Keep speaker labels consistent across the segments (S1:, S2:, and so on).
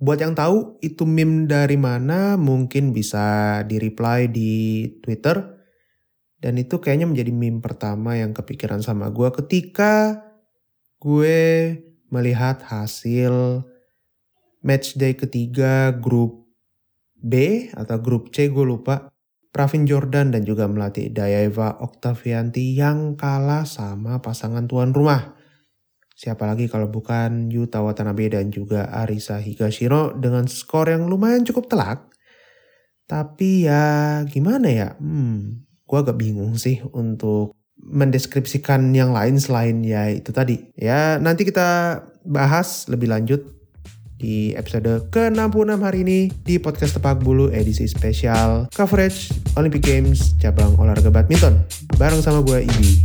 S1: Buat yang tahu itu meme dari mana, mungkin bisa di-reply di Twitter. Dan itu kayaknya menjadi meme pertama yang kepikiran sama gue ketika gue melihat hasil matchday ketiga grup B atau grup C, gue lupa. Pravin Jordan dan juga Melati Dayeva Oktavianti yang kalah sama pasangan tuan rumah. Siapa lagi kalau bukan Yuta Watanabe dan juga Arisa Higashiro dengan skor yang lumayan cukup telak. Tapi ya gimana ya, gue agak bingung sih untuk mendeskripsikan yang lain selain ya itu tadi. Ya nanti kita bahas lebih lanjut di episode ke-66 hari ini di podcast Tepak Bulu edisi spesial coverage Olympic Games cabang olahraga badminton. Bareng sama gue Ibi.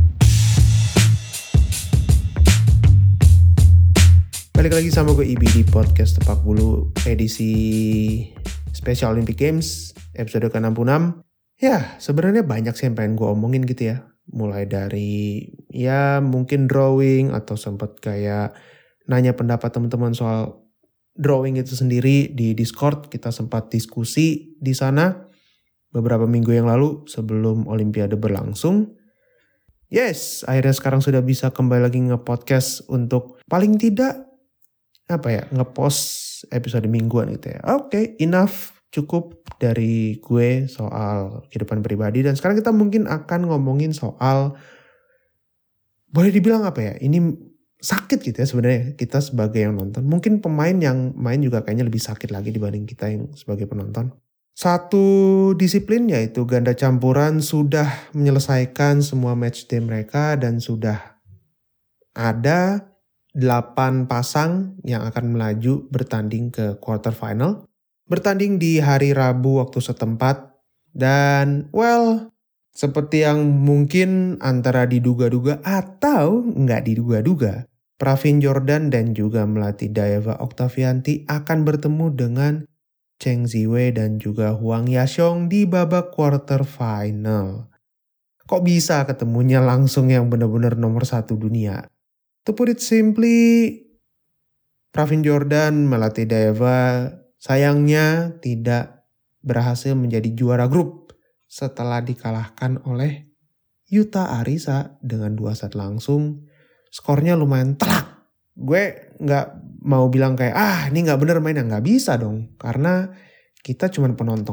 S1: Balik lagi sama gue Ibi di podcast Tepak Bulu edisi spesial Olympic Games episode ke-66. Ya sebenarnya banyak sih yang pengen gue omongin gitu ya. Mulai dari ya mungkin drawing atau sempat kayak nanya pendapat teman-teman soal drawing itu sendiri di Discord. Kita sempat diskusi di sana beberapa minggu yang lalu sebelum Olimpiade berlangsung. Yes, akhirnya sekarang sudah bisa kembali lagi nge-podcast untuk paling tidak nge-post episode mingguan gitu ya. Oke, enough, cukup dari gue soal kehidupan pribadi. Dan sekarang kita mungkin akan ngomongin soal, boleh dibilang ini sakit gitu ya sebenarnya kita sebagai yang nonton. Mungkin pemain yang main juga kayaknya lebih sakit lagi dibanding kita yang sebagai penonton. Satu disiplin yaitu ganda campuran sudah menyelesaikan semua matchday mereka dan sudah ada 8 pasang yang akan melaju bertanding ke quarter final. Bertanding di hari Rabu waktu setempat. Dan seperti yang mungkin antara diduga-duga atau nggak diduga-duga, Pravin Jordan dan juga Melati Dayeva Oktavianti akan bertemu dengan Cheng Ziwei dan juga Huang Yaqiong di babak quarter final. Kok bisa ketemunya langsung yang benar-benar nomor 1 dunia? To put it simply, Pravin Jordan, Melati Dayeva sayangnya tidak berhasil menjadi juara grup setelah dikalahkan oleh Yuta Arisa dengan 2 set langsung. Skornya lumayan telak. Gue gak mau bilang kayak ini gak bener mainnya. Gak bisa dong. Karena kita cuma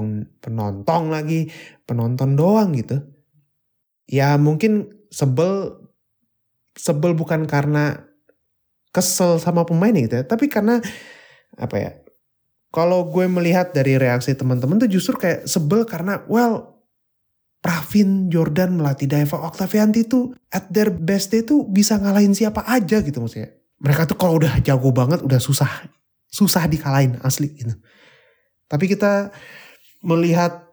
S1: penonton doang gitu. Ya mungkin sebel bukan karena kesel sama pemainnya gitu ya. Tapi karena kalau gue melihat dari reaksi teman-teman tuh justru kayak sebel karena Pravin Jordan, Melati Dayeva Oktavianti tuh at their best day tuh bisa ngalahin siapa aja gitu maksudnya. Mereka tuh kalau udah jago banget udah susah dikalahin asli gitu. Tapi kita melihat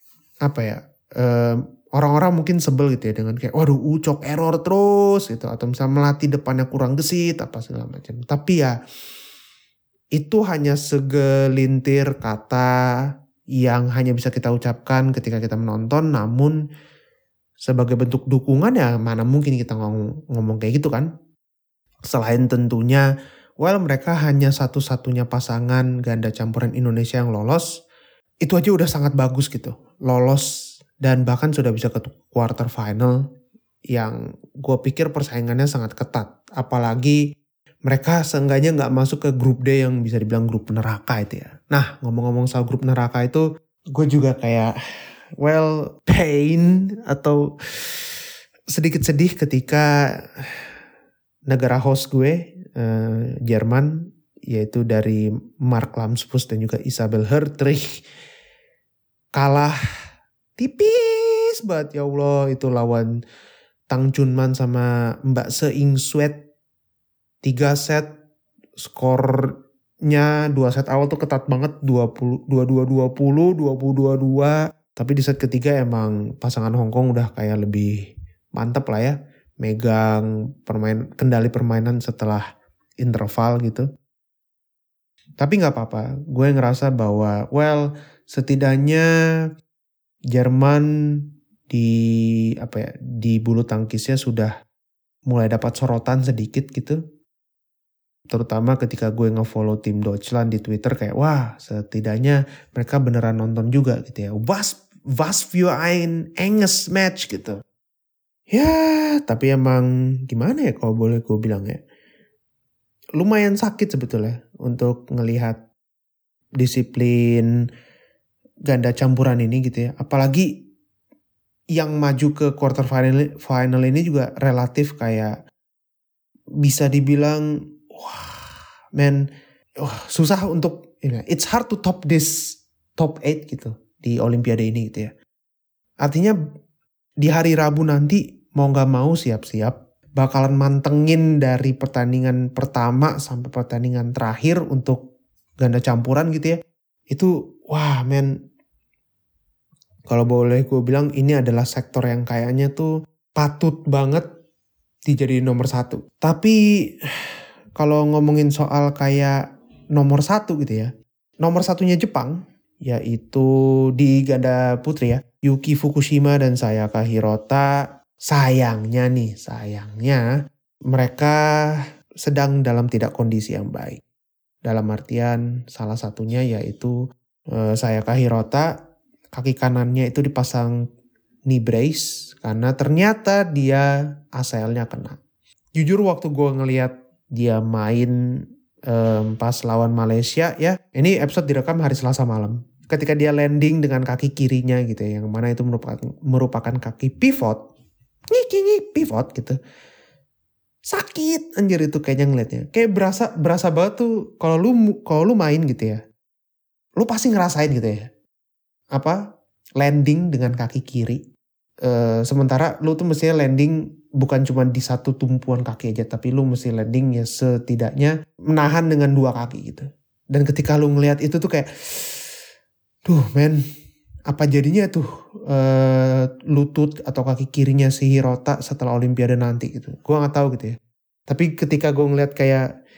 S1: orang-orang mungkin sebel gitu ya dengan kayak Ucok error terus gitu atau misalnya Melati depannya kurang gesit apa segala macam. Tapi ya itu hanya segelintir kata yang hanya bisa kita ucapkan ketika kita menonton, namun sebagai bentuk dukungan ya mana mungkin kita ngomong kayak gitu kan. Selain tentunya mereka hanya satu-satunya pasangan ganda campuran Indonesia yang lolos, itu aja udah sangat bagus gitu. Lolos dan bahkan sudah bisa ke quarter final yang gue pikir persaingannya sangat ketat. Apalagi mereka seenggaknya gak masuk ke grup D yang bisa dibilang grup neraka itu ya. Nah ngomong-ngomong soal grup neraka itu, gue juga kayak pain atau sedikit sedih ketika negara host gue, Jerman, yaitu dari Mark Lamspus dan juga Isabel Hertrich, kalah tipis banget ya Allah itu lawan Tang Junman sama Mbak Seing Sweat. 3 set skornya 2 set awal tuh ketat banget 22-20, 20-22. Tapi di set ketiga emang pasangan Hong Kong udah kayak lebih mantep lah ya. Megang kendali permainan setelah interval gitu. Tapi gak apa-apa. Gue ngerasa bahwa setidaknya Jerman di bulu tangkisnya sudah mulai dapat sorotan sedikit gitu. Terutama ketika gue nge-follow tim Deutschland di Twitter kayak wah setidaknya mereka beneran nonton juga gitu ya. Was für ein enges Match gitu. Ya tapi emang gimana ya kalau boleh gue bilang ya. Lumayan sakit sebetulnya untuk ngelihat disiplin ganda campuran ini gitu ya. Apalagi yang maju ke quarter final ini juga relatif kayak bisa dibilang wah man susah untuk it's hard to top this top 8 gitu di Olimpiade ini gitu ya. Artinya di hari Rabu nanti mau gak mau siap-siap bakalan mantengin dari pertandingan pertama sampai pertandingan terakhir untuk ganda campuran gitu ya. Itu wah men, kalau boleh gue bilang ini adalah sektor yang kayaknya tuh patut banget dijadiin nomor 1. Tapi kalau ngomongin soal kayak nomor 1 gitu ya. Nomor 1-nya Jepang yaitu di ganda putri ya. Yuki Fukushima dan Sayaka Hirota. Sayangnya mereka sedang dalam tidak kondisi yang baik. Dalam artian salah satunya yaitu Sayaka Hirota. Kaki kanannya itu dipasang knee brace karena ternyata dia ACL-nya kena. Jujur waktu gue ngelihat dia main pas lawan Malaysia ya. Ini episode direkam hari Selasa malam. Ketika dia landing dengan kaki kirinya gitu ya, yang mana itu merupakan kaki pivot. Pivot gitu. Sakit anjir itu kayaknya ngeliatnya. Kayak berasa banget tuh kalau lu main gitu ya. Lu pasti ngerasain gitu ya. Landing dengan kaki kiri. Sementara lu tuh mestinya landing bukan cuma di satu tumpuan kaki aja, tapi lu mesti landing ya setidaknya menahan dengan 2 kaki gitu. Dan ketika lu ngelihat itu tuh kayak duh men, apa jadinya tuh lutut atau kaki kirinya si Hirota setelah Olimpiade nanti gitu. Gua gak tahu gitu ya. Tapi ketika gue ngeliat kayak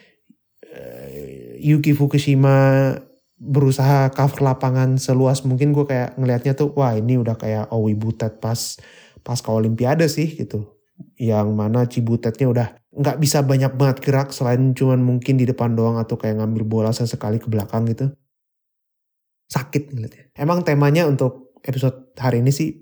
S1: Yuki Fukushima berusaha cover lapangan seluas mungkin, gue kayak ngelihatnya tuh wah ini udah kayak Owi Butet pas ke Olimpiade sih gitu. Yang mana Cibutetnya udah gak bisa banyak banget gerak selain cuman mungkin di depan doang atau kayak ngambil bola sesekali ke belakang gitu. Sakit ngeliatnya. Emang temanya untuk episode hari ini sih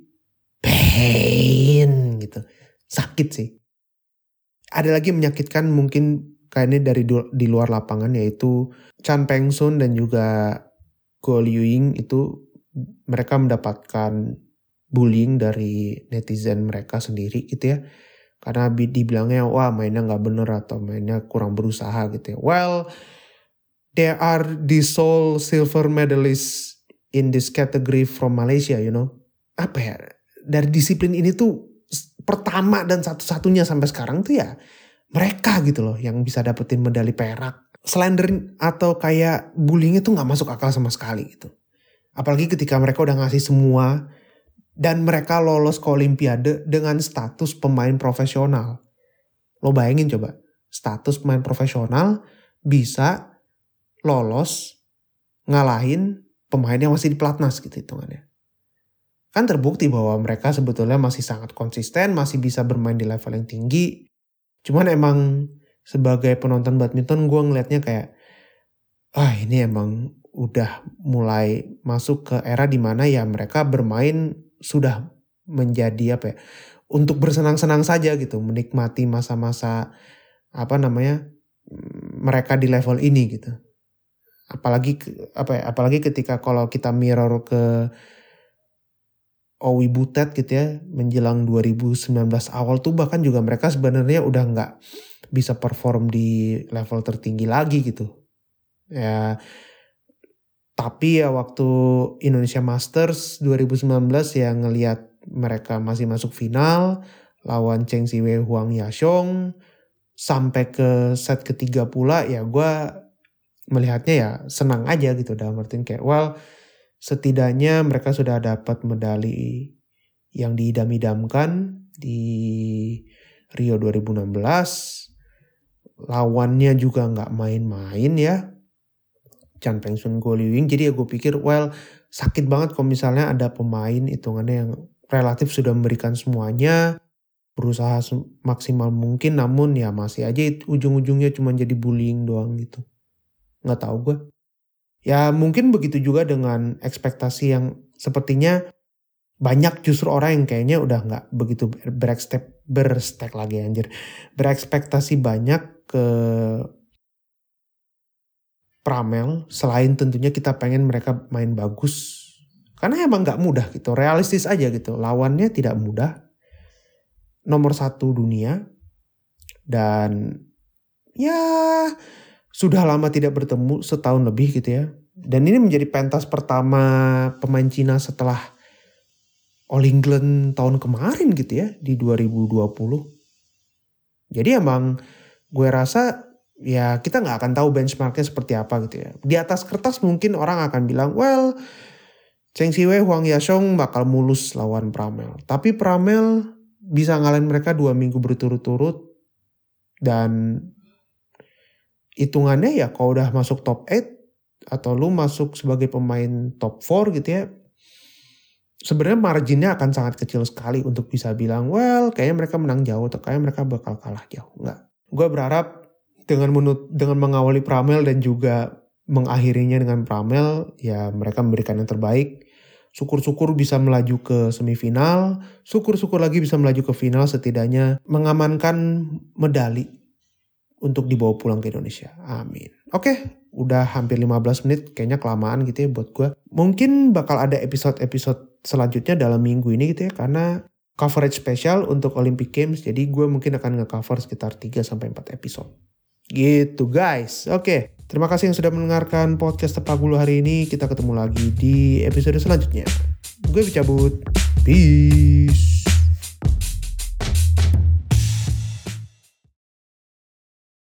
S1: pain gitu. Sakit sih. Ada lagi menyakitkan mungkin kayaknya dari di luar lapangan yaitu Chan Peng-sun dan juga Go Liu-ying itu mereka mendapatkan bullying dari netizen mereka sendiri gitu ya. Karena dibilangnya wah mainnya gak bener atau mainnya kurang berusaha gitu ya. Well, there are the sole silver medalists in this category from Malaysia, you know. Apa ya, dari disiplin ini tuh pertama dan satu-satunya sampai sekarang tuh ya mereka gitu loh yang bisa dapetin medali perak. Slandering atau kayak bullyingnya tuh gak masuk akal sama sekali gitu. Apalagi ketika mereka udah ngasih semua dan mereka lolos ke Olimpiade dengan status pemain profesional. Lo bayangin coba, status pemain profesional bisa lolos ngalahin pemain yang masih di pelatnas gitu hitungannya. Kan terbukti bahwa mereka sebetulnya masih sangat konsisten, masih bisa bermain di level yang tinggi. Cuman emang sebagai penonton badminton gue ngelihatnya kayak ini emang udah mulai masuk ke era dimana ya mereka bermain sudah menjadi untuk bersenang-senang saja gitu, menikmati masa-masa mereka di level ini gitu. Apalagi ketika kalau kita mirror ke Owi Butet gitu ya, menjelang 2019 awal tuh bahkan juga mereka sebenarnya udah nggak bisa perform di level tertinggi lagi gitu. Ya, tapi ya waktu Indonesia Masters 2019 ya ngelihat mereka masih masuk final lawan Cheng Siwei Huang Yashong sampai ke set ketiga pula, ya gue melihatnya ya senang aja gitu, dalam artian kayak setidaknya mereka sudah dapat medali yang diidam-idamkan di Rio 2016. Lawannya juga gak main-main ya, Chan Peng-sun, Go Liu-ying. Jadi ya gue pikir sakit banget kalau misalnya ada pemain hitungannya yang relatif sudah memberikan semuanya berusaha maksimal mungkin, namun ya masih aja ujung-ujungnya cuma jadi bullying doang gitu. Nggak tahu gue. Ya mungkin begitu juga dengan ekspektasi yang sepertinya banyak justru orang yang kayaknya udah nggak begitu berekspektasi banyak ke Pramel, selain tentunya kita pengen mereka main bagus. Karena emang gak mudah gitu, realistis aja gitu. Lawannya tidak mudah. Nomor 1 dunia. Dan ya sudah lama tidak bertemu, setahun lebih gitu ya. Dan ini menjadi pentas pertama pemain Cina setelah All England tahun kemarin gitu ya, di 2020. Jadi emang gue rasa ya kita gak akan tahu benchmarknya seperti apa gitu ya. Di atas kertas mungkin orang akan bilang, well, Zheng Siwei, Huang Yaqiong bakal mulus lawan Pramel. Tapi Pramel bisa ngalahin mereka 2 minggu berturut-turut. Dan hitungannya ya kalau udah masuk top 8 atau lu masuk sebagai pemain top 4 gitu ya, sebenarnya marginnya akan sangat kecil sekali untuk bisa bilang, well, kayaknya mereka menang jauh atau kayaknya mereka bakal kalah jauh. Enggak. Gue berharap dengan mengawali Pramel dan juga mengakhirinya dengan Pramel, ya mereka memberikan yang terbaik. Syukur-syukur bisa melaju ke semifinal, syukur-syukur lagi bisa melaju ke final, setidaknya mengamankan medali untuk dibawa pulang ke Indonesia. Amin. Oke, udah hampir 15 menit, kayaknya kelamaan gitu ya buat gue. Mungkin bakal ada episode-episode selanjutnya dalam minggu ini gitu ya, karena coverage spesial untuk Olympic Games, jadi gue mungkin akan nge-cover sekitar 3-4 episode. Gitu guys. Oke, terima kasih yang sudah mendengarkan podcast Tepak Bulu hari ini. Kita ketemu lagi di episode selanjutnya. Gue cabut. Peace.